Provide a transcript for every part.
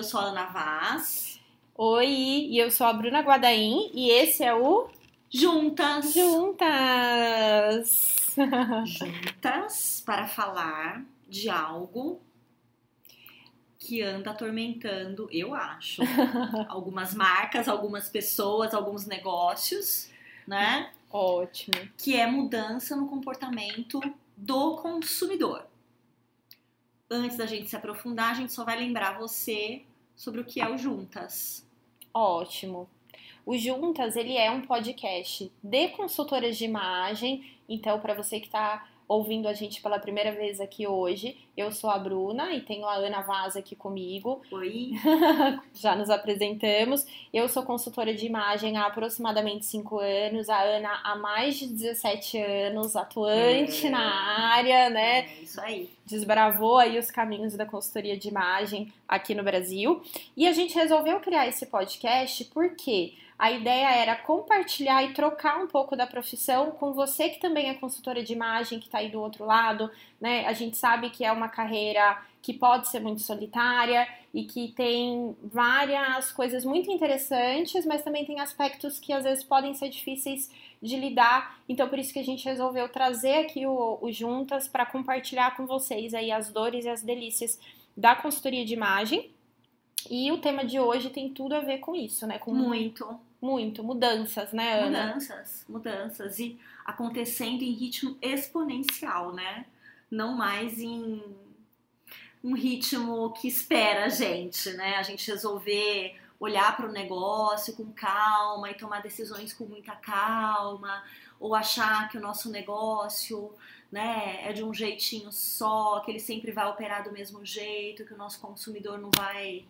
eu sou a Ana Vaz. Oi, e eu sou a Bruna Guadaim e esse é o Juntas! Juntas! Juntas para falar de algo que anda atormentando, eu acho, algumas marcas, algumas pessoas, alguns negócios, né? Ótimo. Que é mudança no comportamento do consumidor. Antes da gente se aprofundar, a gente só vai lembrar você sobre o que é o Juntas. Ótimo. O Juntas, ele é um podcast de consultoras de imagem. Então, para você que está ouvindo a gente pela primeira vez aqui hoje, eu sou a Bruna e tenho a Ana Vaz aqui comigo. Oi! Já nos apresentamos. Eu sou consultora de imagem há aproximadamente 5 anos, a Ana há mais de 17 anos, atuante na área, né? É isso aí. Desbravou aí os caminhos da consultoria de imagem aqui no Brasil. E a gente resolveu criar esse podcast porque a ideia era compartilhar e trocar um pouco da profissão com você que também é consultora de imagem, que está aí do outro lado, né? A gente sabe que é uma carreira que pode ser muito solitária e que tem várias coisas muito interessantes, mas também tem aspectos que às vezes podem ser difíceis de lidar. Então, por isso que a gente resolveu trazer aqui o Juntas para compartilhar com vocês aí as dores e as delícias da consultoria de imagem. E o tema de hoje tem tudo a ver com isso, né? Com muito. Mudanças, né, Ana? Mudanças. E acontecendo em ritmo exponencial, né? Não mais em um ritmo que espera a gente, né? A gente resolver olhar para o negócio com calma e tomar decisões com muita calma, ou achar que o nosso negócio, né, é de um jeitinho só, que ele sempre vai operar do mesmo jeito, que o nosso consumidor não vai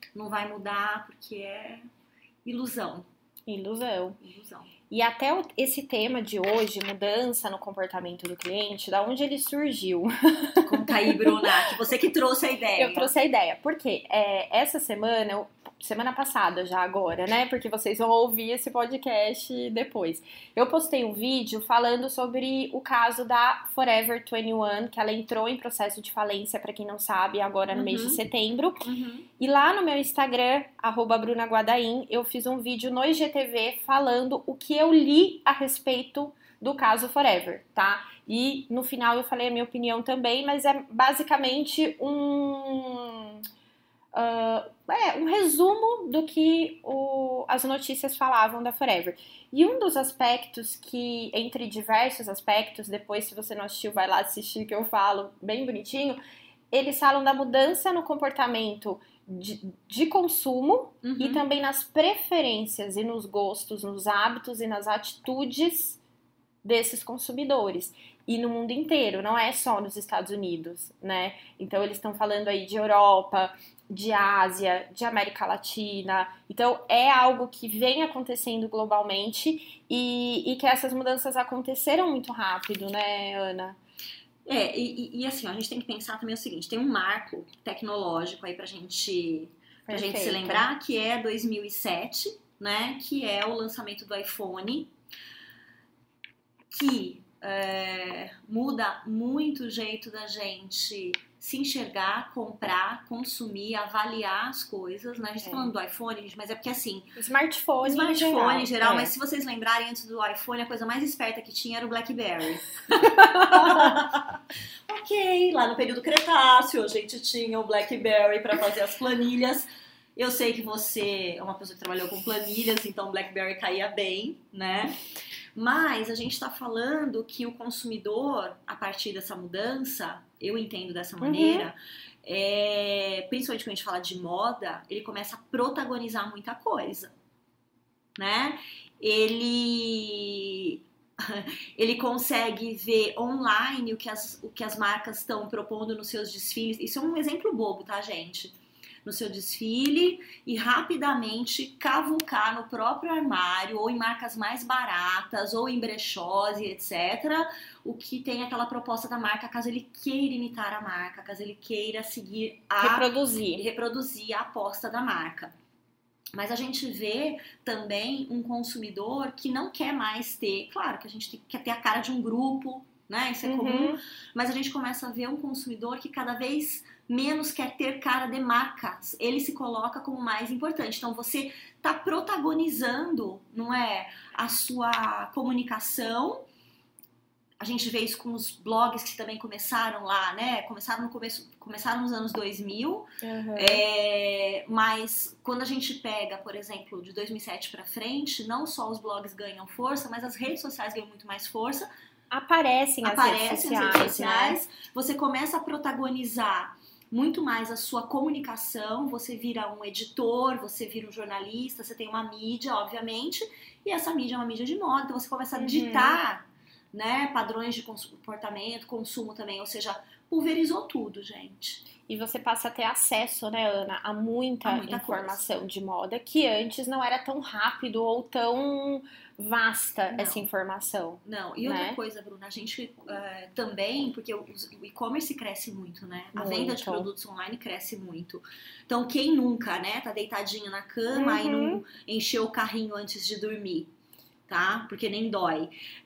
mudar, porque é ilusão. Ilusão. E até esse tema de hoje, mudança no comportamento do cliente, da onde ele surgiu? Conta aí, Bruna, que você que trouxe a ideia. Eu trouxe a ideia, porque essa semana passada já agora, né? Porque vocês vão ouvir esse podcast depois. Eu postei um vídeo falando sobre o caso da Forever 21, que ela entrou em processo de falência, pra quem não sabe, agora no mês de setembro. E lá no meu Instagram, @BrunaGuadaim, eu fiz um vídeo no IGTV falando o que eu li a respeito do caso Forever, tá? E no final eu falei a minha opinião também, mas é basicamente um resumo do que as notícias falavam da Forever. E um dos aspectos que, entre diversos aspectos, depois se você não assistiu, vai lá assistir que eu falo bem bonitinho, eles falam da mudança no comportamento de consumo e também nas preferências e nos gostos, nos hábitos e nas atitudes desses consumidores. E no mundo inteiro, não é só nos Estados Unidos, né? Então eles estão falando aí de Europa, de Ásia, de América Latina. Então é algo que vem acontecendo globalmente e que essas mudanças aconteceram muito rápido, né, Ana? E assim, a gente tem que pensar também o seguinte, tem um marco tecnológico aí pra gente se lembrar, que é 2007, né, que é o lançamento do iPhone, que muda muito o jeito da gente se enxergar, comprar, consumir, avaliar as coisas, né? A gente tá falando do iPhone, gente, mas é porque assim... Smartphone em geral, mas se vocês lembrarem, antes do iPhone, a coisa mais esperta que tinha era o BlackBerry. Ok, lá no período Cretáceo, a gente tinha o BlackBerry para fazer as planilhas. Eu sei que você é uma pessoa que trabalhou com planilhas, então o BlackBerry caía bem, né? Mas a gente está falando que o consumidor, a partir dessa mudança, eu entendo dessa maneira, principalmente quando a gente fala de moda, ele começa a protagonizar muita coisa, né? Ele consegue ver online o que as marcas estão propondo nos seus desfiles. Isso é um exemplo bobo, tá, gente? No seu desfile e rapidamente cavucar no próprio armário ou em marcas mais baratas ou em brechós e etc. O que tem aquela proposta da marca, caso ele queira imitar a marca, caso ele queira seguir reproduzir a aposta da marca. Mas a gente vê também um consumidor que não quer mais ter, claro que a gente quer ter a cara de um grupo, né? Isso é comum, mas a gente começa a ver um consumidor que cada vez menos quer ter cara de marcas. Ele se coloca como mais importante. Então, você está protagonizando, não é, a sua comunicação. A gente vê isso com os blogs que também começaram lá, né? Começaram nos anos 2000. Mas quando a gente pega, por exemplo, de 2007 para frente, não só os blogs ganham força, mas as redes sociais ganham muito mais força. Aparecem as redes sociais. Né? Você começa a protagonizar muito mais a sua comunicação, você vira um editor, você vira um jornalista, você tem uma mídia, obviamente, e essa mídia é uma mídia de moda, então você começa a ditar, né, padrões de comportamento, consumo também, ou seja, pulverizou tudo, gente. E você passa a ter acesso, né, Ana, a muita informação de moda que antes não era tão rápido ou tão vasta essa informação. Não, e outra coisa, Bruna, a gente também, porque o e-commerce cresce muito, né? A venda de produtos online cresce muito. Então, quem nunca, né, tá deitadinho na cama e não encheu o carrinho antes de dormir? Tá? Porque nem dói.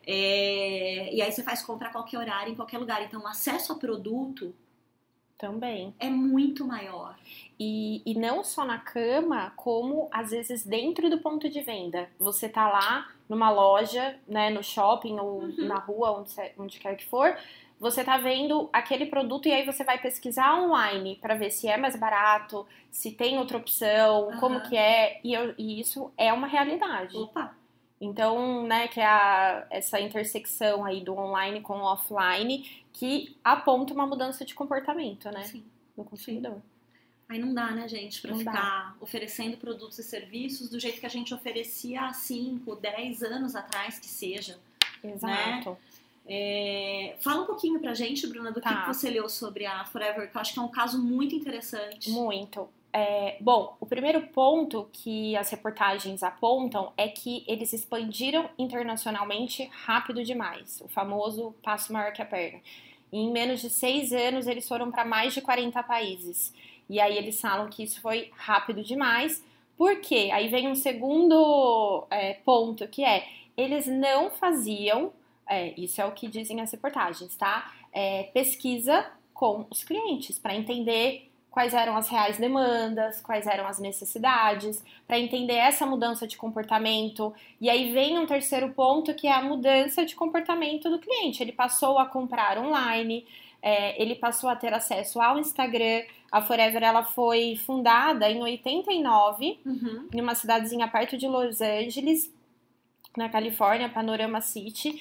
E aí você faz compra a qualquer horário, em qualquer lugar. Então, o acesso a produto também é muito maior. E não só na cama, como às vezes dentro do ponto de venda. Você tá lá numa loja, né, no shopping ou na rua, onde quer que for, você tá vendo aquele produto e aí você vai pesquisar online para ver se é mais barato, se tem outra opção, como que é, e isso é uma realidade. Opa! Então, né, que é essa intersecção aí do online com o offline que aponta uma mudança de comportamento, né, do consumidor. Aí não dá, né, gente, pra ficar oferecendo produtos e serviços do jeito que a gente oferecia há 5, 10 anos atrás, que seja. Exato. Né? Fala um pouquinho pra gente, Bruna, do que você leu sobre a Forever, que eu acho que é um caso muito interessante. Muito. Bom, o primeiro ponto que as reportagens apontam é que eles expandiram internacionalmente rápido demais, o famoso passo maior que a perna. Em menos de 6 anos, eles foram para mais de 40 países. E aí eles falam que isso foi rápido demais. Por quê? Aí vem um segundo ponto, que eles não faziam, isso é o que dizem as reportagens, tá? Pesquisa com os clientes, para entender quais eram as reais demandas, quais eram as necessidades, para entender essa mudança de comportamento. E aí vem um terceiro ponto, que é a mudança de comportamento do cliente. Ele passou a comprar online, ele passou a ter acesso ao Instagram. A Forever, ela foi fundada em 89, em uma cidadezinha perto de Los Angeles, na Califórnia, Panorama City,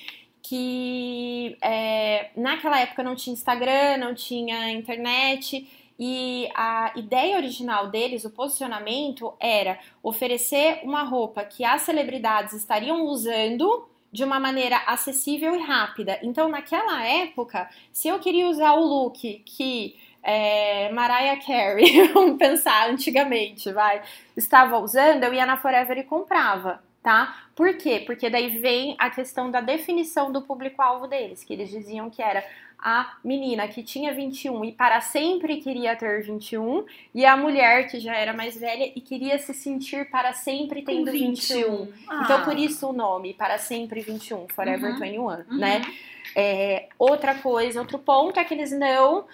que naquela época não tinha Instagram, não tinha internet. E a ideia original deles, o posicionamento, era oferecer uma roupa que as celebridades estariam usando de uma maneira acessível e rápida. Então, naquela época, se eu queria usar o look que Mariah Carey, vamos pensar antigamente, estava usando, eu ia na Forever e comprava, tá? Por quê? Porque daí vem a questão da definição do público-alvo deles, que eles diziam que era a menina que tinha 21 e para sempre queria ter 21, e a mulher que já era mais velha e queria se sentir para sempre tendo 21. Então, por isso o nome, para sempre 21, Forever 21, né? Outra coisa, outro ponto é que eles não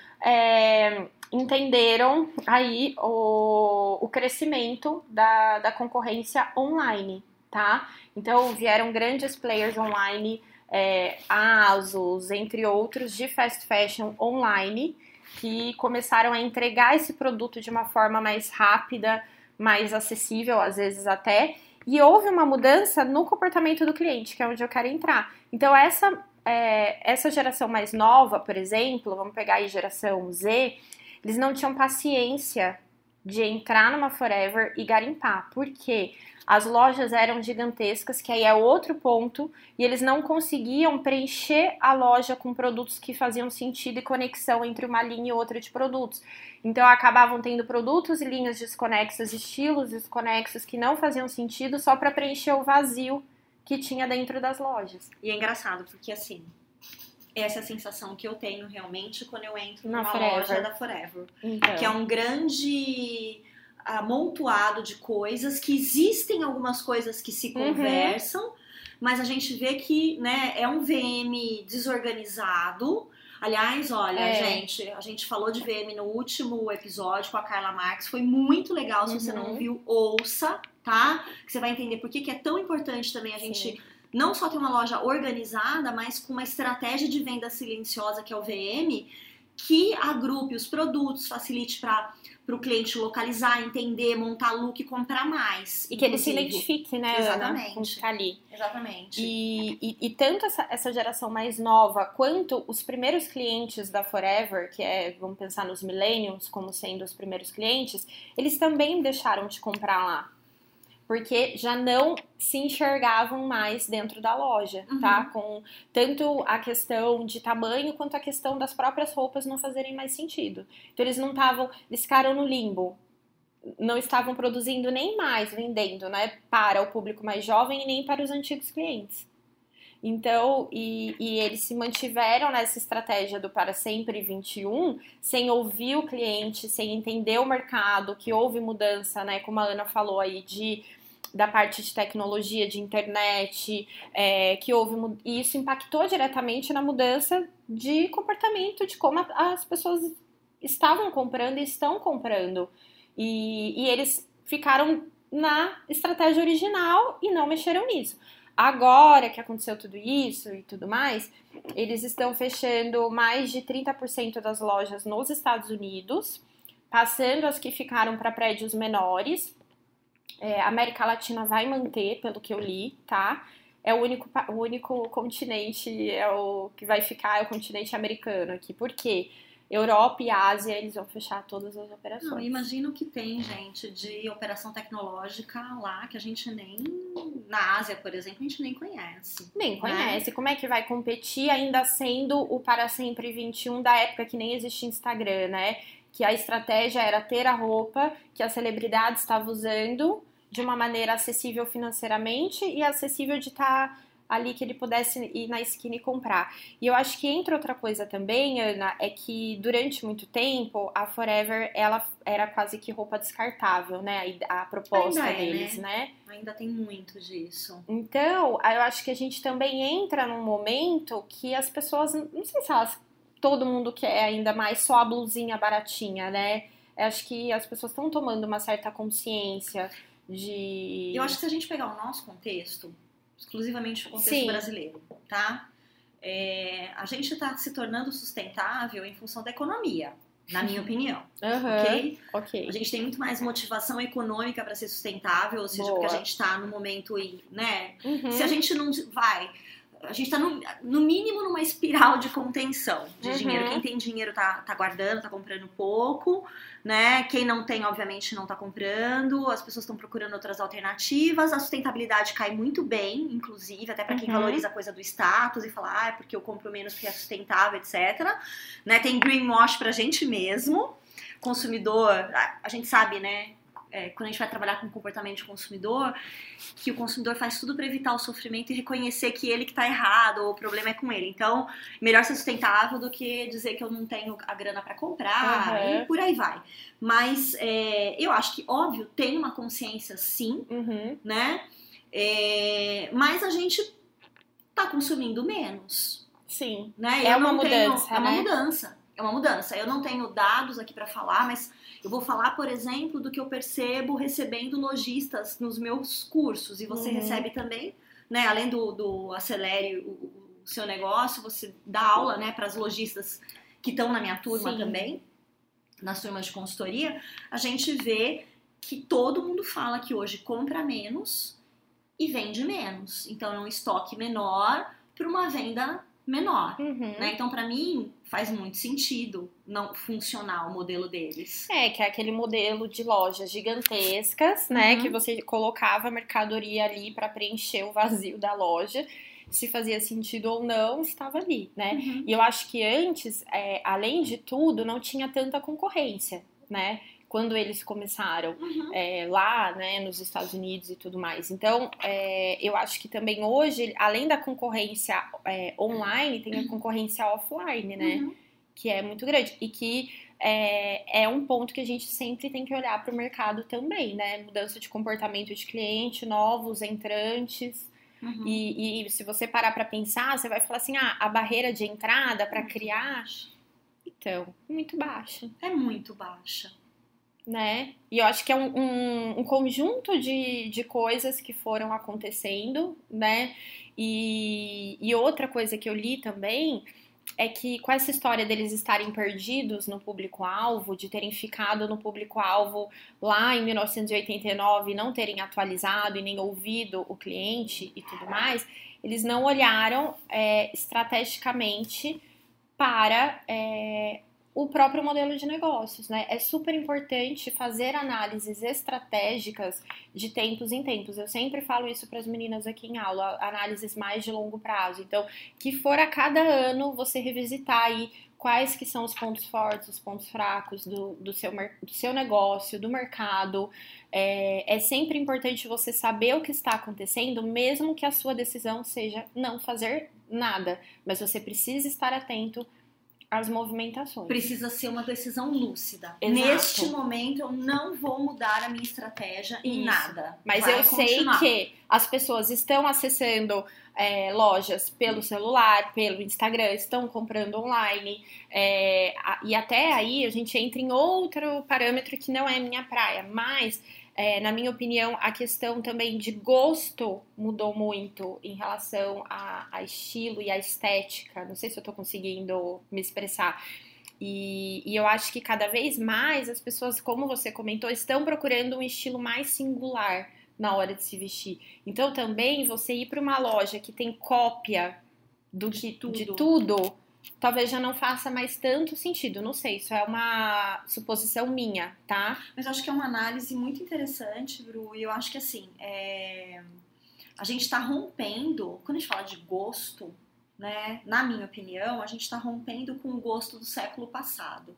entenderam aí o crescimento da concorrência online, tá? Então, vieram grandes players online, ASUS, entre outros, de fast fashion online, que começaram a entregar esse produto de uma forma mais rápida, mais acessível, às vezes até, e houve uma mudança no comportamento do cliente, que é onde eu quero entrar. Então, essa geração mais nova, por exemplo, vamos pegar aí geração Z, eles não tinham paciência de entrar numa Forever e garimpar. Por quê? As lojas eram gigantescas, que aí é outro ponto, e eles não conseguiam preencher a loja com produtos que faziam sentido e conexão entre uma linha e outra de produtos. Então, acabavam tendo produtos e linhas desconexas, estilos desconexos que não faziam sentido só para preencher o vazio que tinha dentro das lojas. E é engraçado, porque assim, essa é a sensação que eu tenho realmente quando eu entro Na numa Forever. loja da Forever. Então. Que é um grande amontoado de coisas, que existem algumas coisas que se conversam, mas a gente vê que, né, é um VM desorganizado. Aliás, olha, gente, a gente falou de VM no último episódio com a Carla Marques, foi muito legal. Se você não viu, ouça, tá? Que você vai entender por que é tão importante também a gente não só ter uma loja organizada, mas com uma estratégia de venda silenciosa, que é o VM, que agrupe os produtos, facilite para o cliente localizar, entender, montar look e comprar mais. E que ele se identifique, né, exatamente, Ana, com o que tá ali. Exatamente. E tanto essa geração mais nova, quanto os primeiros clientes da Forever, que vamos pensar nos millennials como sendo os primeiros clientes, eles também deixaram de comprar lá. Porque já não se enxergavam mais dentro da loja, tá? Com tanto a questão de tamanho quanto a questão das próprias roupas não fazerem mais sentido. Então eles ficaram no limbo. Não estavam produzindo nem mais, vendendo, né? Para o público mais jovem e nem para os antigos clientes. Então, e eles se mantiveram nessa estratégia do para sempre 21, sem ouvir o cliente, sem entender o mercado, que houve mudança, né? Como a Ana falou aí, da parte de tecnologia, de internet, que houve, e isso impactou diretamente na mudança de comportamento, de como as pessoas estavam comprando e estão comprando. E eles ficaram na estratégia original e não mexeram nisso. Agora que aconteceu tudo isso e tudo mais, eles estão fechando mais de 30% das lojas nos Estados Unidos, passando as que ficaram para prédios menores. A América Latina vai manter, pelo que eu li, tá? É o único continente, o que vai ficar é o continente americano aqui. Por quê? Europa e Ásia, eles vão fechar todas as operações. Não, imagino que tem, gente, de operação tecnológica lá que a gente nem... Na Ásia, por exemplo, a gente nem conhece. Nem conhece. Como é que vai competir ainda sendo o para sempre 21 da época que nem existia Instagram, né? Que a estratégia era ter a roupa que a celebridade estava usando de uma maneira acessível financeiramente e acessível de estar ali que ele pudesse ir na esquina e comprar. E eu acho que entra outra coisa também, Ana, é que durante muito tempo a Forever, ela era quase que roupa descartável, né? A proposta deles, né? Ainda tem muito disso. Então, eu acho que a gente também entra num momento que as pessoas, não sei se todo mundo quer ainda mais só a blusinha baratinha, né? Eu acho que as pessoas estão tomando uma certa consciência de... Eu acho que se a gente pegar o nosso contexto, exclusivamente o contexto brasileiro, tá? A gente está se tornando sustentável em função da economia, na minha opinião, ok? A gente tem muito mais motivação econômica para ser sustentável, ou seja, porque a gente está no momento, né? Se a gente não vai... A gente tá no mínimo numa espiral de contenção de dinheiro. Quem tem dinheiro tá guardando, tá comprando pouco, né? Quem não tem, obviamente, não tá comprando. As pessoas estão procurando outras alternativas. A sustentabilidade cai muito bem, inclusive, até para quem valoriza a coisa do status e fala, é porque eu compro menos porque é sustentável, etc. Né? Tem greenwash pra gente mesmo. Consumidor, a gente sabe, né? Quando a gente vai trabalhar com comportamento de consumidor, que o consumidor faz tudo para evitar o sofrimento e reconhecer que ele que tá errado, ou o problema é com ele. Então, melhor ser sustentável do que dizer que eu não tenho a grana para comprar, e por aí vai. Mas eu acho que, óbvio, tem uma consciência sim, né? Mas a gente tá consumindo menos. Sim, né? É uma mudança. Eu não tenho dados aqui para falar, mas eu vou falar, por exemplo, do que eu percebo recebendo lojistas nos meus cursos. E você recebe também, né? Além do Acelere o seu negócio, você dá aula, né, para as lojistas que estão na minha turma também, nas turmas de consultoria. A gente vê que todo mundo fala que hoje compra menos e vende menos. Então, é um estoque menor para uma venda menor, né? Então, para mim, faz muito sentido não funcionar o modelo deles. Que é aquele modelo de lojas gigantescas, né? Que você colocava a mercadoria ali para preencher o vazio da loja. Se fazia sentido ou não, estava ali, né? E eu acho que antes, além de tudo, não tinha tanta concorrência, né? Quando eles começaram lá, né, nos Estados Unidos e tudo mais. Então, eu acho que também hoje, além da concorrência online, tem a concorrência offline, né? Que é muito grande. E que é um ponto que a gente sempre tem que olhar para o mercado também, né? Mudança de comportamento de cliente, novos entrantes. Uhum. E se você parar para pensar, você vai falar assim, a barreira de entrada para criar, então, muito baixa. É muito baixa. Né? E eu acho que é um conjunto de coisas que foram acontecendo, né? E outra coisa que eu li também é que com essa história deles estarem perdidos no público-alvo, de terem ficado no público-alvo lá em 1989 e não terem atualizado e nem ouvido o cliente e tudo mais, eles não olharam estrategicamente para o próprio modelo de negócios, né? É super importante fazer análises estratégicas de tempos em tempos. Eu sempre falo isso para as meninas aqui em aula, análises mais de longo prazo. Então, que for a cada ano você revisitar aí quais que são os pontos fortes, os pontos fracos do seu negócio, do mercado. É sempre importante você saber o que está acontecendo, mesmo que a sua decisão seja não fazer nada. Mas você precisa estar atento as movimentações. Precisa ser uma decisão lúcida. Exato. Neste momento, eu não vou mudar a minha estratégia em nada. Mas vai eu continuar. Sei que as pessoas estão acessando lojas pelo celular, pelo Instagram, estão comprando online. E até aí a gente entra em outro parâmetro que não é minha praia. Mas, na minha opinião, a questão também de gosto mudou muito em relação a estilo e a estética. Não sei se eu tô conseguindo me expressar. E eu acho que cada vez mais as pessoas, como você comentou, estão procurando um estilo mais singular na hora de se vestir. Então também você ir para uma loja que tem cópia de tudo, talvez já não faça mais tanto sentido. Não sei, isso é uma suposição minha, tá? Mas eu acho que é uma análise muito interessante, Bru, e eu acho que assim, a gente tá rompendo, quando a gente fala de gosto, né, na minha opinião, a gente tá rompendo com o gosto do século passado,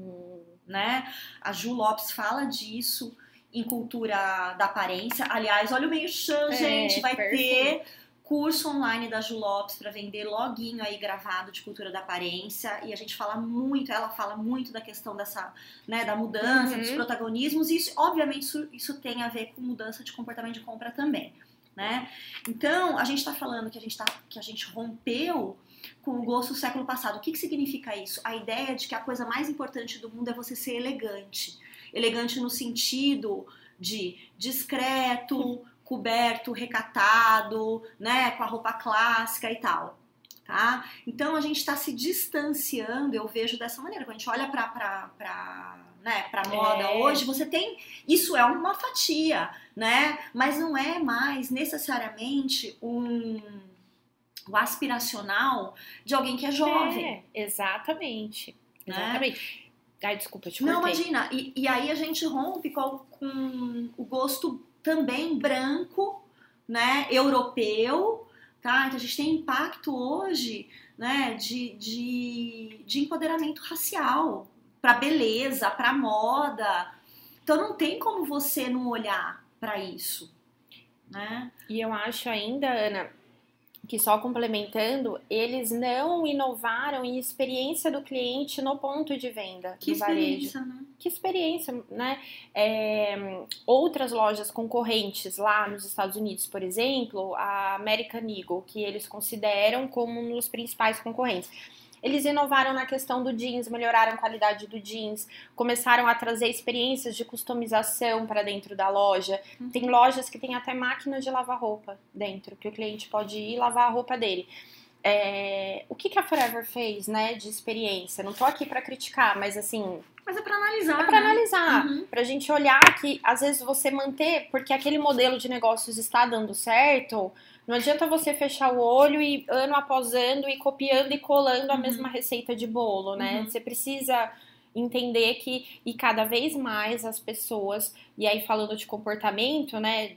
né? A Ju Lopes fala disso em Cultura da Aparência. Aliás, olha o merchan, gente, vai ter curso online da Ju Lopes para vender loguinho aí gravado de Cultura da Aparência, e a gente fala muito, ela fala muito da questão dessa, né, da mudança, dos protagonismos, e isso, obviamente, isso tem a ver com mudança de comportamento de compra também, né? Então, a gente está falando que a gente rompeu com o gosto do século passado. O que significa isso? A ideia de que a coisa mais importante do mundo é você ser elegante. Elegante no sentido de discreto, coberto, recatado, né, com a roupa clássica e tal, tá? Então a gente está se distanciando, eu vejo dessa maneira. Quando a gente olha para moda hoje, você tem, isso é uma fatia, né? Mas não é mais necessariamente o aspiracional de alguém que é jovem. Exatamente. Né? Exatamente. Ai, desculpa, eu te cortei. Não, imagina. E aí a gente rompe com o gosto também branco, né, europeu, tá? Então a gente tem impacto hoje, né, de empoderamento racial, para beleza, para moda. Então não tem como você não olhar para isso, né? E eu acho ainda, Ana, que só complementando, eles não inovaram em experiência do cliente no ponto de venda do varejo. Né? Que experiência, né? Outras lojas concorrentes lá nos Estados Unidos, por exemplo, a American Eagle, que eles consideram como um dos principais concorrentes. Eles inovaram na questão do jeans, melhoraram a qualidade do jeans, começaram a trazer experiências de customização para dentro da loja. Tem lojas que tem até máquina de lavar roupa dentro, que o cliente pode ir lavar a roupa dele. O que a Forever fez, né, de experiência? Não tô aqui para criticar, mas assim... Mas é para analisar, É para analisar, pra gente olhar que às vezes você manter, porque aquele modelo de negócios está dando certo... Não adianta você fechar o olho e ano após ano e copiando e colando a mesma receita de bolo, né? Você precisa entender que, e cada vez mais as pessoas, e aí falando de comportamento, né,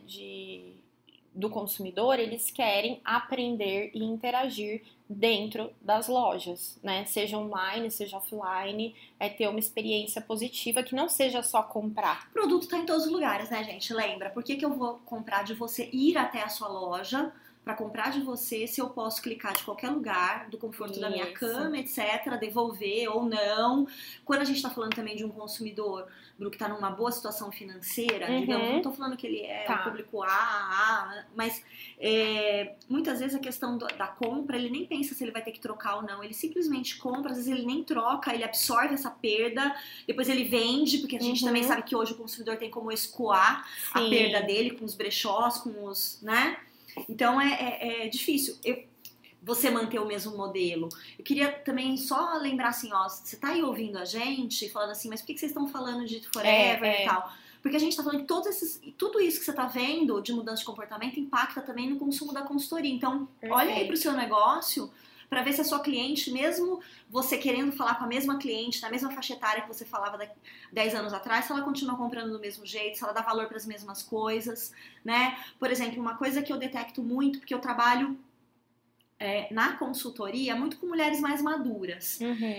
do consumidor, eles querem aprender e interagir dentro das lojas, né? Seja online, seja offline, ter uma experiência positiva que não seja só comprar. O produto tá em todos os lugares, né, gente? Lembra? Por que eu vou comprar de você ir até a sua loja, para comprar de você se eu posso clicar de qualquer lugar, do conforto da minha cama, etc., devolver ou não. Quando a gente está falando também de um consumidor que está numa boa situação financeira, digamos, não estou falando que ele é o público A, mas muitas vezes a questão da compra, ele nem pensa se ele vai ter que trocar ou não, ele simplesmente compra, às vezes ele nem troca, ele absorve essa perda, depois ele vende, porque a gente também sabe que hoje o consumidor tem como escoar a perda dele com os brechós, com os, né? Então é difícil você manter o mesmo modelo. Eu queria também só lembrar assim, ó, você tá aí ouvindo a gente, falando assim, mas por que vocês estão falando de Forever e tal? Porque a gente tá falando que tudo isso que você tá vendo de mudança de comportamento impacta também no consumo da consultoria. Então, olha aí pro seu negócio para ver se a sua cliente, mesmo você querendo falar com a mesma cliente, na mesma faixa etária que você falava 10 anos atrás, se ela continua comprando do mesmo jeito, se ela dá valor para as mesmas coisas, né? Por exemplo, uma coisa que eu detecto muito, porque eu trabalho na consultoria muito com mulheres mais maduras.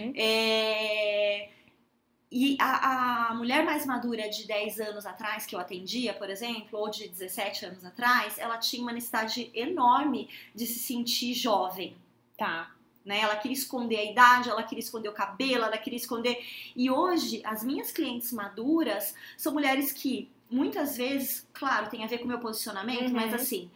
E a mulher mais madura de 10 anos atrás, que eu atendia, por exemplo, ou de 17 anos atrás, ela tinha uma necessidade enorme de se sentir jovem. Né? Ela queria esconder a idade, ela queria esconder o cabelo, ela queria esconder... E hoje, as minhas clientes maduras são mulheres que, muitas vezes, claro, tem a ver com o meu posicionamento, mas assim,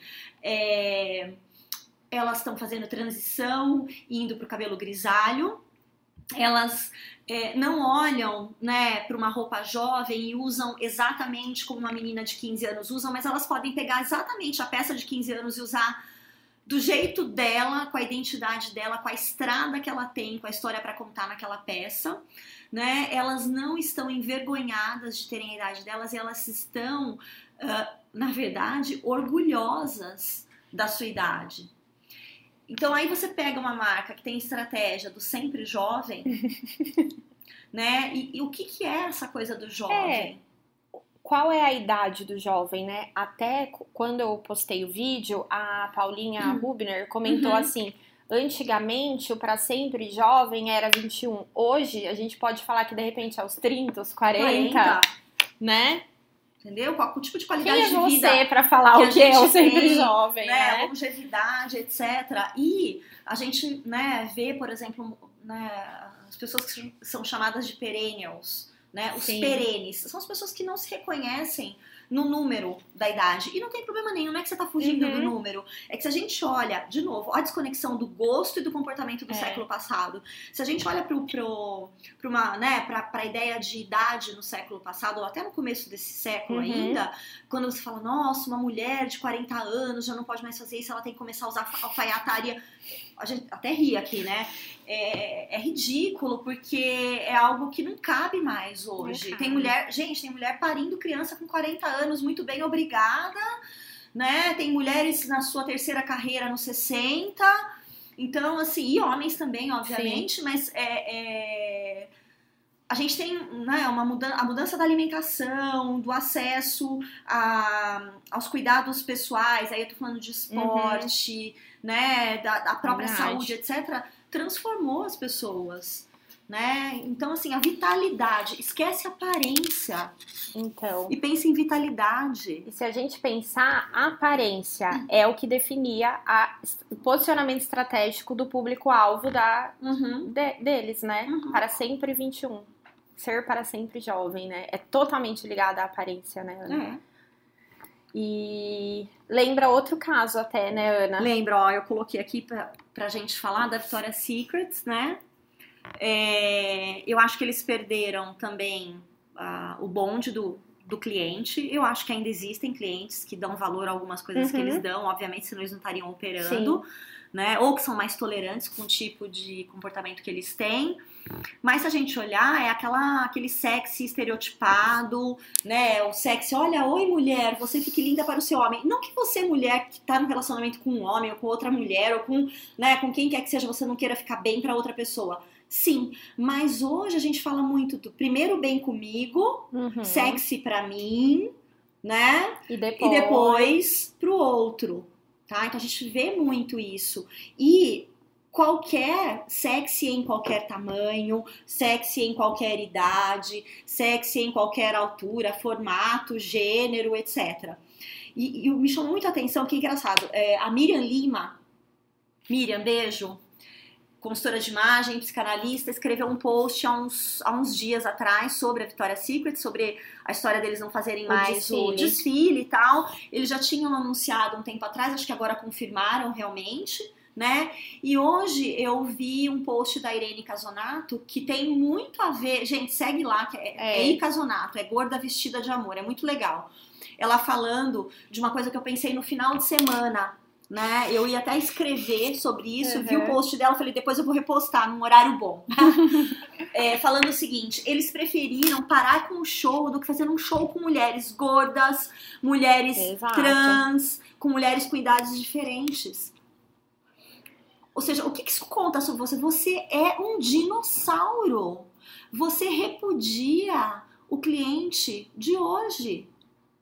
elas estão fazendo transição, indo pro cabelo grisalho, elas não olham, né, para uma roupa jovem e usam exatamente como uma menina de 15 anos usa, mas elas podem pegar exatamente a peça de 15 anos e usar do jeito dela, com a identidade dela, com a estrada que ela tem, com a história para contar naquela peça, né? Elas não estão envergonhadas de terem a idade delas e elas estão, na verdade, orgulhosas da sua idade. Então aí você pega uma marca que tem estratégia do sempre jovem, né? E o que é essa coisa do jovem? Qual é a idade do jovem, né? Até quando eu postei o vídeo, a Paulinha Rubner comentou assim, antigamente o pra sempre jovem era 21. Hoje a gente pode falar que de repente aos 30, aos 40, né? Entendeu? Qual o tipo de qualidade de vida? Quem é você pra falar o que é o sempre jovem, né? Longevidade, etc. E a gente, né, vê, por exemplo, né, as pessoas que são chamadas de perennials, né? Os perenes são as pessoas que não se reconhecem no número da idade. E não tem problema nenhum, não é que você tá fugindo do número. É que se a gente olha, de novo, a desconexão do gosto e do comportamento do século passado. Se a gente olha pra ideia de idade no século passado, ou até no começo desse século ainda, quando você fala, nossa, uma mulher de 40 anos já não pode mais fazer isso, ela tem que começar a usar alfaiataria. A gente até ri aqui, né? É ridículo, porque é algo que não cabe mais hoje. Tem mulher parindo criança com 40 anos, muito bem, obrigada, né? Tem mulheres na sua terceira carreira nos 60, então, assim, e homens também, obviamente, mas a gente tem, né, a mudança da alimentação, do acesso aos cuidados pessoais, aí eu tô falando de esporte, né, da própria saúde, etc., transformou as pessoas, né? Então, assim, a vitalidade, esquece a aparência. Então. E pensa em vitalidade. E se a gente pensar, a aparência é o que definia o posicionamento estratégico do público-alvo deles, né? Para sempre 21. Ser para sempre jovem, né? É totalmente ligado à aparência, né, Ana? E lembra outro caso até, né, Ana? Lembra, ó, eu coloquei aqui pra gente falar da Victoria's Secret, né? Eu acho que eles perderam também o bonde do cliente. Eu acho que ainda existem clientes que dão valor a algumas coisas que eles dão, obviamente, senão eles não estariam operando, né? Ou que são mais tolerantes com o tipo de comportamento que eles têm. Mas se a gente olhar, é aquele sexy estereotipado, né? O sexy, olha, oi mulher, você fique linda para o seu homem. Não que você, mulher, que tá no relacionamento com um homem ou com outra mulher, ou com quem quer que seja, você não queira ficar bem para outra pessoa. Sim, mas hoje a gente fala muito do primeiro bem comigo, sexy pra mim, né? E depois pro outro, tá? Então a gente vê muito isso. E qualquer sexy em qualquer tamanho, sexy em qualquer idade, sexy em qualquer altura, formato, gênero, etc. E me chamou muito a atenção, que engraçado, a Miriam Lima, Miriam, beijo, consultora de imagem, psicanalista, escreveu um post há uns dias atrás sobre a Victoria's Secret, sobre a história deles não fazerem mais o desfile e tal. Eles já tinham anunciado um tempo atrás, acho que agora confirmaram realmente, né? E hoje eu vi um post da Irene Casonato que tem muito a ver, gente, segue lá, que é Casonato, é Gorda Vestida de Amor, é muito legal. Ela falando de uma coisa que eu pensei no final de semana, né? Eu ia até escrever sobre isso, vi o post dela, falei, depois eu vou repostar num horário bom. Falando o seguinte, eles preferiram parar com o show do que fazer um show com mulheres gordas, mulheres trans, com mulheres com idades diferentes. Ou seja, o que isso conta sobre você? Você é um dinossauro. Você repudia o cliente de hoje.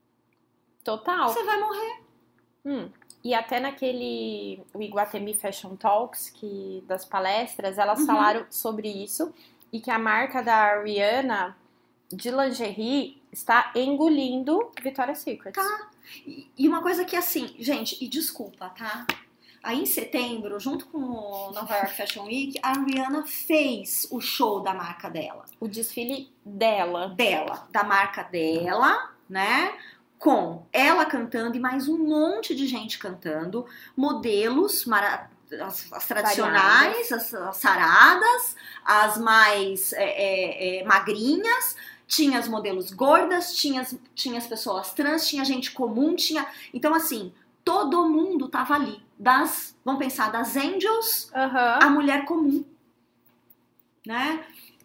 Total. Você vai morrer. E até naquele Iguatemi Fashion Talks, das palestras, elas falaram sobre isso e que a marca da Rihanna de lingerie está engolindo Victoria's Secret. Tá. E uma coisa que assim, gente, e desculpa, tá? Aí em setembro, junto com o Nova York Fashion Week, a Rihanna fez o show da marca dela. O desfile dela. Da marca dela, né? Com ela cantando e mais um monte de gente cantando, modelos, as tradicionais, as saradas, as mais magrinhas, tinha as modelos gordas, tinha as pessoas trans, tinha gente comum, então assim, todo mundo tava ali, vamos pensar, das angels à mulher comum, né?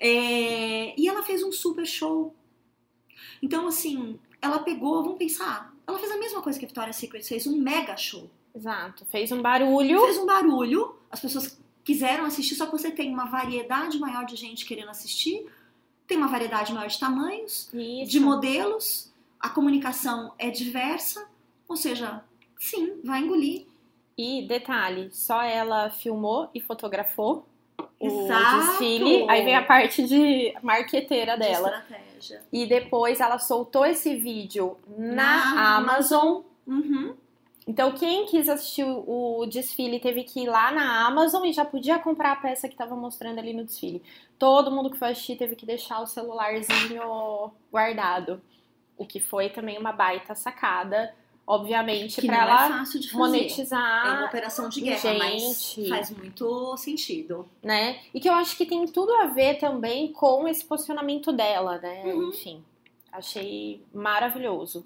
E ela fez um super show. Então assim, ela pegou, vamos pensar, ela fez a mesma coisa que a Victoria's Secret fez, um mega show. Exato, fez um barulho, as pessoas quiseram assistir, só que você tem uma variedade maior de gente querendo assistir, tem uma variedade maior de tamanhos, de modelos, a comunicação é diversa, ou seja, sim, vai engolir. E detalhe, só ela filmou e fotografou o Exato. Desfile, aí vem a parte de marqueteira dela. De estratégia. E depois ela soltou esse vídeo na Amazon. Então quem quis assistir o desfile teve que ir lá na Amazon e já podia comprar a peça que estava mostrando ali no desfile. Todo mundo que foi assistir teve que deixar o celularzinho guardado. O que foi também uma baita sacada. Obviamente, para ela monetizar. É uma operação de guerra, mas faz muito sentido. Né? E que eu acho que tem tudo a ver também com esse posicionamento dela, né? Enfim, achei maravilhoso.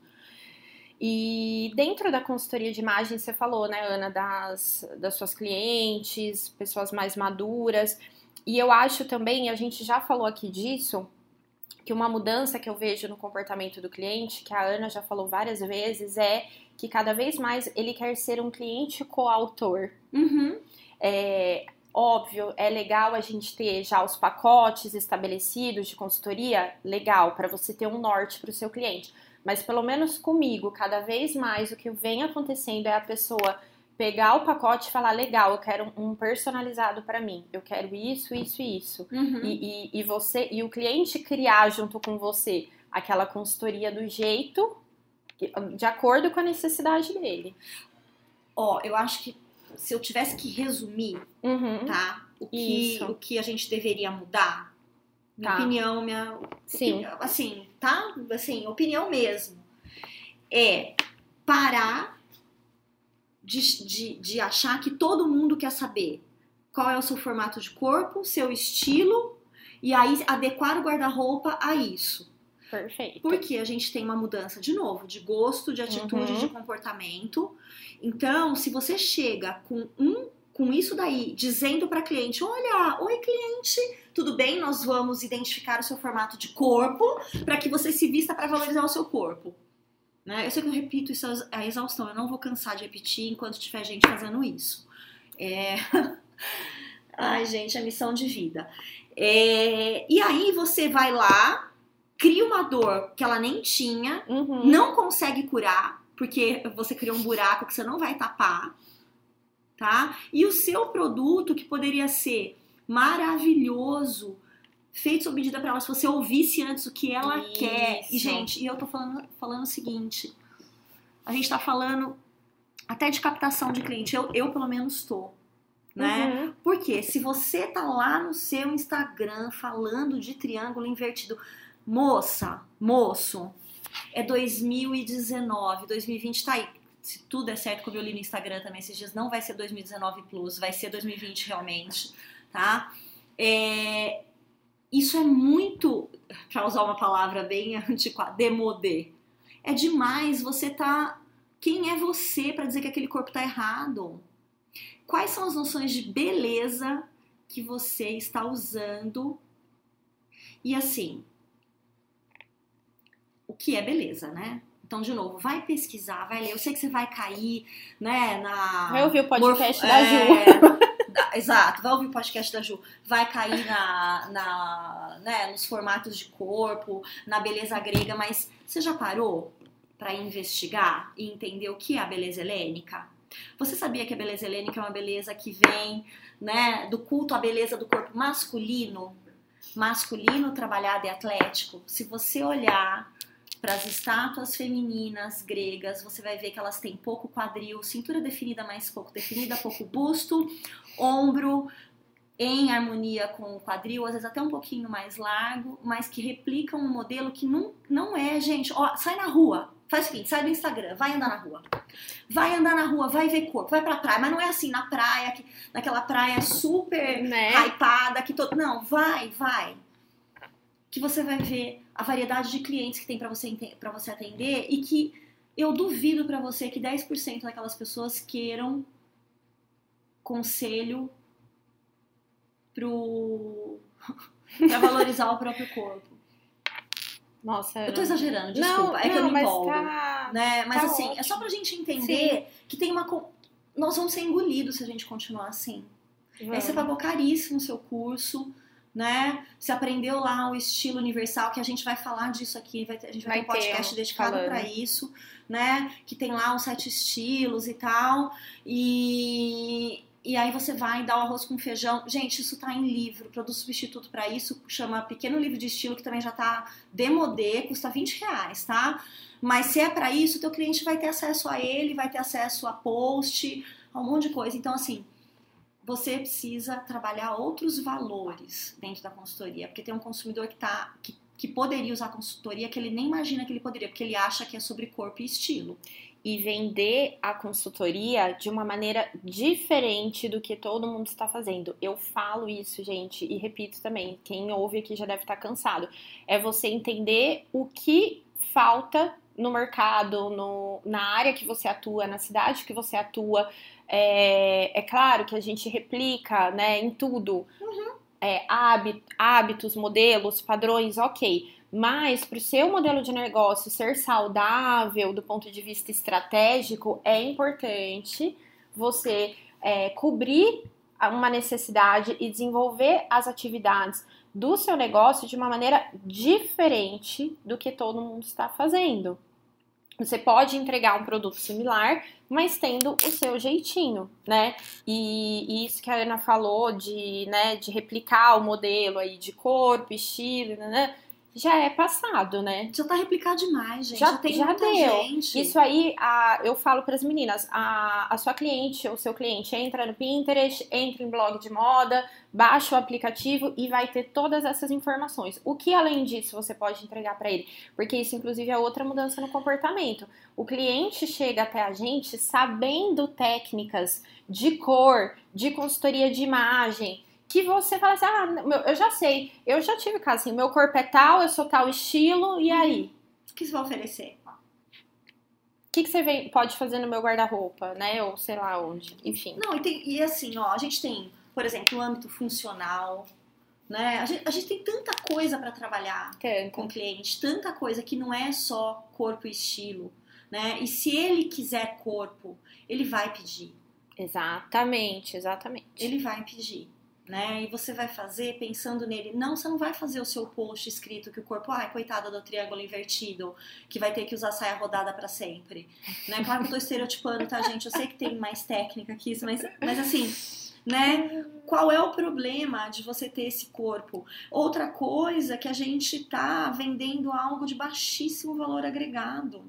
E dentro da consultoria de imagem, você falou, né, Ana, das suas clientes, pessoas mais maduras. E eu acho também, a gente já falou aqui disso, que uma mudança que eu vejo no comportamento do cliente, que a Ana já falou várias vezes, é que cada vez mais ele quer ser um cliente coautor. Óbvio, é legal a gente ter já os pacotes estabelecidos de consultoria, legal, para você ter um norte para o seu cliente. Mas pelo menos comigo, cada vez mais o que vem acontecendo é a pessoa pegar o pacote e falar, legal, eu quero um personalizado para mim, eu quero isso, isso e isso. E você e o cliente criar junto com você aquela consultoria do jeito, de acordo com a necessidade dele. Eu acho que se eu tivesse que resumir, tá? O que a gente deveria mudar, minha opinião, assim, tá? Assim, opinião mesmo. É parar de achar que todo mundo quer saber qual é o seu formato de corpo, seu estilo, e aí adequar o guarda-roupa a isso. Perfeito. Porque a gente tem uma mudança, de novo, de gosto, de atitude, de comportamento. Então, se você chega com isso daí, dizendo para cliente, olha, oi cliente, tudo bem, nós vamos identificar o seu formato de corpo para que você se vista para valorizar o seu corpo. Né? Eu sei que eu repito isso a exaustão, eu não vou cansar de repetir enquanto tiver gente fazendo isso. Ai, gente, é missão de vida. E aí você vai lá, cria uma dor que ela nem tinha, não consegue curar, porque você criou um buraco que você não vai tapar, tá? E o seu produto, que poderia ser maravilhoso, feito sob medida para ela, se você ouvisse antes o que ela quer. E, gente, eu tô falando o seguinte, a gente tá falando até de captação de cliente. Eu pelo menos tô, né? Porque se você tá lá no seu Instagram falando de triângulo invertido, moça, moço, é 2019, 2020 tá aí. Se tudo é certo, como eu li no Instagram também esses dias, não vai ser 2019 plus, vai ser 2020 realmente, tá? Isso é muito, pra usar uma palavra bem antiquada, démodé. É demais, você tá... Quem é você pra dizer que aquele corpo tá errado? Quais são as noções de beleza que você está usando? E assim, o que é beleza, né? Então, de novo, vai pesquisar, vai ler. Eu sei que você vai cair, né, Vai ouvir o podcast da Ju. Exato, vai ouvir o podcast da Ju. Vai cair né, nos formatos de corpo, na beleza grega, mas você já parou para investigar e entender o que é a beleza helênica? Você sabia que a beleza helênica é uma beleza que vem, né, do culto à beleza do corpo masculino trabalhado e atlético? Se você olhar para as estátuas femininas gregas, você vai ver que elas têm pouco quadril, cintura definida, mais pouco definida, pouco busto, ombro em harmonia com o quadril, às vezes até um pouquinho mais largo, mas que replicam um modelo que não é, gente. Ó, sai na rua, faz o seguinte, sai do Instagram, vai andar na rua. Vai andar na rua, vai ver corpo, vai pra praia, mas não é assim, na praia, naquela praia super hypada, que todo... Não, vai. Que você vai ver a variedade de clientes que tem pra você atender e que eu duvido pra você que 10% daquelas pessoas queiram conselho pra valorizar o próprio corpo. Nossa, eu tô exagerando, desculpa, é que eu me empolgo, né? Mas tá assim, ótimo. É só pra gente entender que tem nós vamos ser engolidos se a gente continuar assim. Aí você pagou caríssimo o seu curso, né? Você aprendeu lá o estilo universal, que a gente vai falar disso aqui, a gente vai ter um podcast dedicado pra isso, né? Que tem lá os 7 estilos e tal, e aí você vai dar o arroz com feijão. Gente, isso tá em livro, produto substituto pra isso, chama Pequeno Livro de Estilo, que também já tá démodé, custa R$20, tá? Mas se é pra isso, o teu cliente vai ter acesso a ele, vai ter acesso a post, a um monte de coisa. Então, assim, você precisa trabalhar outros valores dentro da consultoria, porque tem um consumidor que poderia usar a consultoria que ele nem imagina que ele poderia, porque ele acha que é sobre corpo e estilo. E vender a consultoria de uma maneira diferente do que todo mundo está fazendo. Eu falo isso, gente, e repito também, quem ouve aqui já deve estar cansado. É você entender o que falta no mercado, na área que você atua, na cidade que você atua. É claro que a gente replica, né, em tudo. Hábitos, modelos, padrões, ok. Mas para o seu modelo de negócio ser saudável do ponto de vista estratégico, é importante você cobrir uma necessidade e desenvolver as atividades do seu negócio de uma maneira diferente do que todo mundo está fazendo. Você pode entregar um produto similar, mas tendo o seu jeitinho, né? E isso que a Ana falou de replicar o modelo aí de corpo, estilo, né? Já é passado, né? Já tá replicado demais, gente. Já tem muita deu. gente. Isso aí, eu falo para as meninas, a sua cliente, o seu cliente entra no Pinterest, entra em blog de moda, baixa o aplicativo e vai ter todas essas informações. O que além disso você pode entregar para ele? Porque isso, inclusive, é outra mudança no comportamento. O cliente chega até a gente sabendo técnicas de cor, de consultoria de imagem, que você fala assim, eu já sei, eu já tive caso assim, meu corpo é tal, eu sou tal estilo, e aí? O que você vai oferecer? O que você pode fazer no meu guarda-roupa, né? Ou sei lá onde, enfim. Não, e assim, ó, a gente tem, por exemplo, o âmbito funcional, né? A gente tem tanta coisa para trabalhar com o cliente, tanta coisa que não é só corpo e estilo, né? E se ele quiser corpo, ele vai pedir. Exatamente. Ele vai pedir. Né? E você vai fazer pensando nele. Não, você não vai fazer o seu post escrito que o corpo, coitada do triângulo invertido, que vai ter que usar saia rodada pra sempre. Né? Claro que eu tô estereotipando, tá, gente? Eu sei que tem mais técnica que isso, mas assim, né? Qual é o problema de você ter esse corpo? Outra coisa que a gente tá vendendo algo de baixíssimo valor agregado.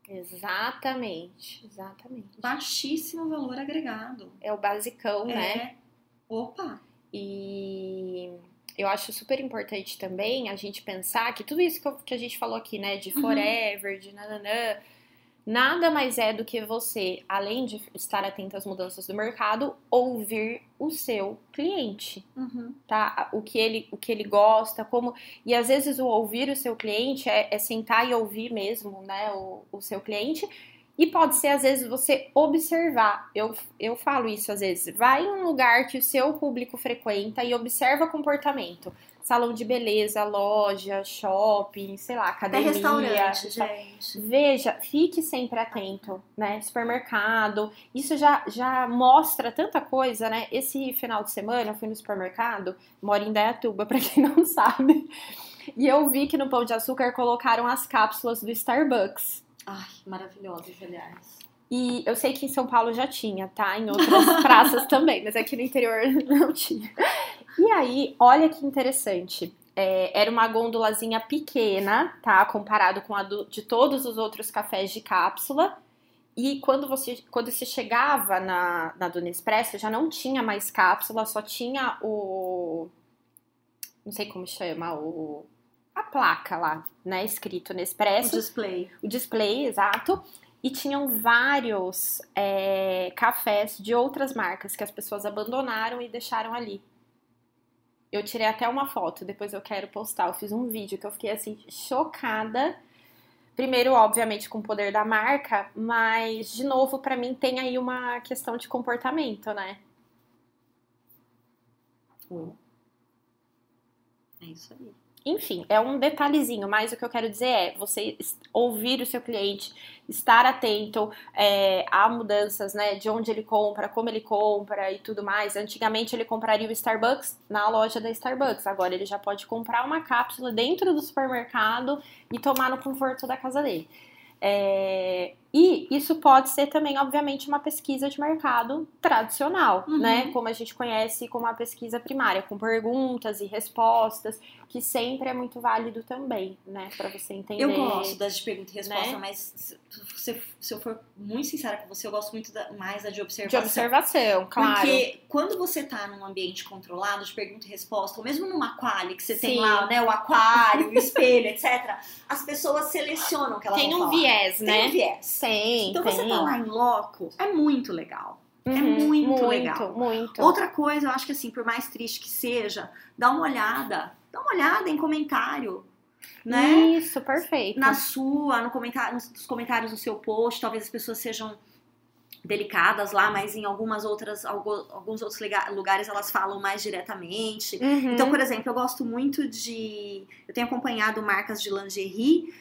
Exatamente. Baixíssimo valor agregado. É o basicão, né? Opa! E eu acho super importante também a gente pensar que tudo isso que a gente falou aqui, né? De forever, de nananã, nada mais é do que você, além de estar atento às mudanças do mercado, ouvir o seu cliente, tá? O que ele gosta, como... E às vezes o ouvir o seu cliente é sentar e ouvir mesmo, né? O seu cliente. E pode ser, às vezes, você observar. Eu falo isso às vezes. Vai em um lugar que o seu público frequenta e observa comportamento. Salão de beleza, loja, shopping, sei lá, academia. Até restaurante, gente. Veja, fique sempre atento, né? Supermercado. Isso já mostra tanta coisa, né? Esse final de semana eu fui no supermercado, moro em Indaiatuba, pra quem não sabe. E eu vi que no Pão de Açúcar colocaram as cápsulas do Starbucks. Ai, maravilhosas, aliás. E eu sei que em São Paulo já tinha, tá? Em outras praças também, mas aqui no interior não tinha. E aí, olha que interessante. Era uma gôndolazinha pequena, tá? Comparado com a de todos os outros cafés de cápsula. E quando você chegava na do Nespresso, já não tinha mais cápsula, só tinha não sei como chama, a placa lá, né? Escrito Nespresso. O display, exato. E tinham vários cafés de outras marcas que as pessoas abandonaram e deixaram ali. Eu tirei até uma foto, depois eu quero postar. Eu fiz um vídeo que eu fiquei assim, chocada. Primeiro, obviamente, com o poder da marca, mas, de novo, pra mim tem aí uma questão de comportamento, né? É isso aí. Enfim, é um detalhezinho, mas o que eu quero dizer é você ouvir o seu cliente, estar atento a mudanças, né, de onde ele compra, como ele compra e tudo mais. Antigamente ele compraria o Starbucks na loja da Starbucks, agora ele já pode comprar uma cápsula dentro do supermercado e tomar no conforto da casa dele. E isso pode ser também, obviamente, uma pesquisa de mercado tradicional, né? Como a gente conhece como a pesquisa primária, com perguntas e respostas, que sempre é muito válido também, né? Pra você entender. Eu gosto das de pergunta e resposta, né? Mas se eu for muito sincera com você, eu gosto muito mais da de observação. De observação, claro. Porque quando você tá num ambiente controlado, de pergunta e resposta, ou mesmo numa quali, que você Sim. tem lá, né, o aquário, o espelho, etc., as pessoas selecionam o que elas vão falar. Tem um viés, né? Tem um viés. Então você tá lá em loco, é muito legal. É muito legal. Muito. Outra coisa, eu acho que assim, por mais triste que seja, dá uma olhada em comentário, né? Isso, perfeito. Nos comentários do seu post, talvez as pessoas sejam delicadas lá, mas em alguns outros lugares elas falam mais diretamente. Então, por exemplo, eu gosto muito eu tenho acompanhado marcas de lingerie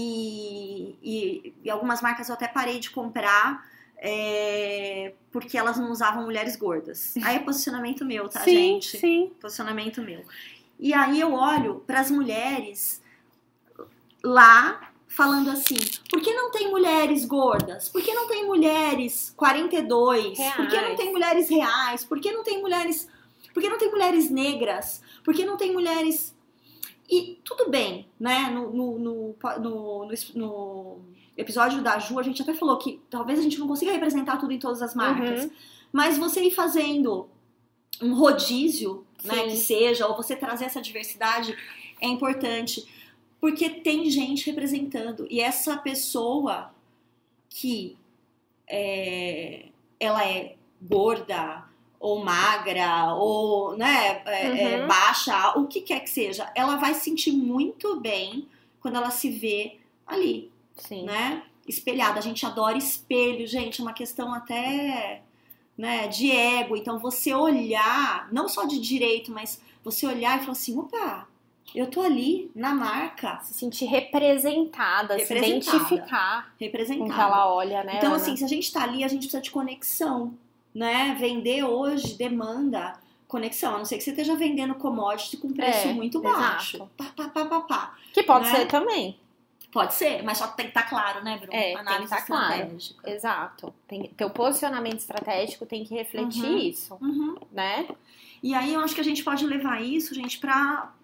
e algumas marcas eu até parei de comprar porque elas não usavam mulheres gordas. Aí é posicionamento meu, tá, gente? Sim. Posicionamento meu. E aí eu olho para as mulheres lá falando assim, por que não tem mulheres gordas? Por que não tem mulheres 42? Reais. Por que não tem mulheres reais? Por que não tem mulheres negras? Por que não tem mulheres... E tudo bem, né? No episódio da Ju, a gente até falou que talvez a gente não consiga representar tudo em todas as marcas. Mas você ir fazendo um rodízio, né, que seja, ou você trazer essa diversidade é importante. Porque tem gente representando. E essa pessoa que ela é gorda, ou magra, ou né, baixa, o que quer que seja, ela vai se sentir muito bem quando ela se vê ali. Sim. Né? Espelhada. A gente adora espelho, gente. É uma questão até, né, de ego. Então, você olhar, não só de direito, mas você olhar e falar assim, opa, eu tô ali na marca. Se sentir representada, se identificar com o que ela olha, né? Então, Ana? assim, se a gente tá ali, a gente precisa de conexão, né? Vender hoje demanda conexão. A não ser que você esteja vendendo commodity com preço muito baixo. Pá. Que pode né? ser também. Pode ser, mas só tem que estar claro, né, Bruno? Análise tem que estar estratégica. Claro. Exato. Teu posicionamento estratégico tem que refletir isso, né? E aí eu acho que a gente pode levar isso, gente, pra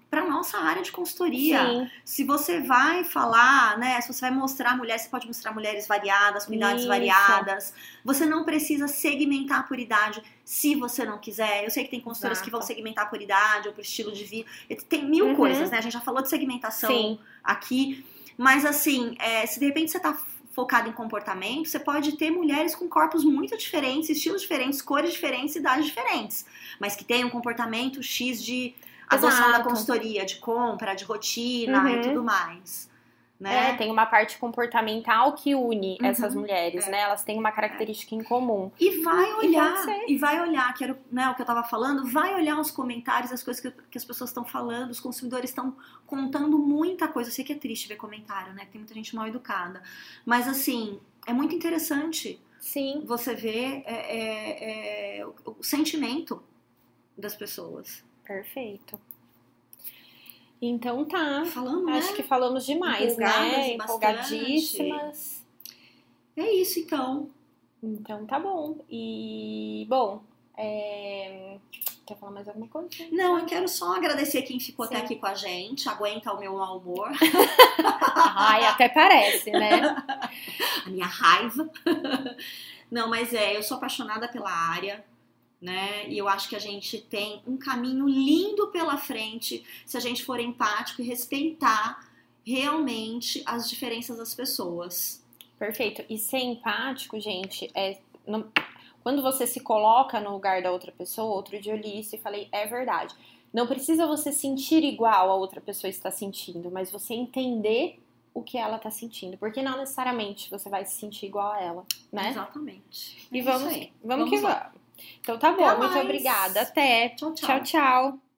para nossa área de consultoria. Sim. Se você vai falar, né, se você vai mostrar mulheres, você pode mostrar mulheres variadas, com idades variadas. Você não precisa segmentar por idade, se você não quiser. Eu sei que tem consultoras que vão segmentar por idade ou por estilo de vida. Tem mil coisas, né? A gente já falou de segmentação aqui. Mas assim, se de repente você tá focado em comportamento, você pode ter mulheres com corpos muito diferentes, estilos diferentes, cores diferentes, idades diferentes. Mas que tenham um comportamento X de adoção da consultoria, de compra, de rotina e tudo mais. Né? Tem uma parte comportamental que une essas mulheres, né? Elas têm uma característica em comum. E vai olhar, que era o que eu tava falando, vai olhar os comentários, as coisas que as pessoas estão falando, os consumidores estão contando muita coisa. Eu sei que é triste ver comentário, né? Que tem muita gente mal educada. Mas assim, é muito interessante você ver o sentimento das pessoas. Perfeito. Então tá. Falamos, acho que falamos demais, né? Empolgadíssimas. É isso, então. Então tá bom. E, bom, quer falar mais alguma coisa? Não, eu quero só agradecer quem ficou até aqui com a gente. Aguenta o meu mau humor. Ai, até parece, né? A minha raiva. Não, mas eu sou apaixonada pela área. Né? E eu acho que a gente tem um caminho lindo pela frente se a gente for empático e respeitar realmente as diferenças das pessoas. Perfeito. E ser empático, gente, quando você se coloca no lugar da outra pessoa, outro dia eu li isso e falei, é verdade. Não precisa você sentir igual a outra pessoa está sentindo, mas você entender o que ela está sentindo, porque não necessariamente você vai se sentir igual a ela, né? Exatamente. E vamos que vamos. Então tá bom, muito obrigada. Até. Tchau, tchau. Tchau, tchau.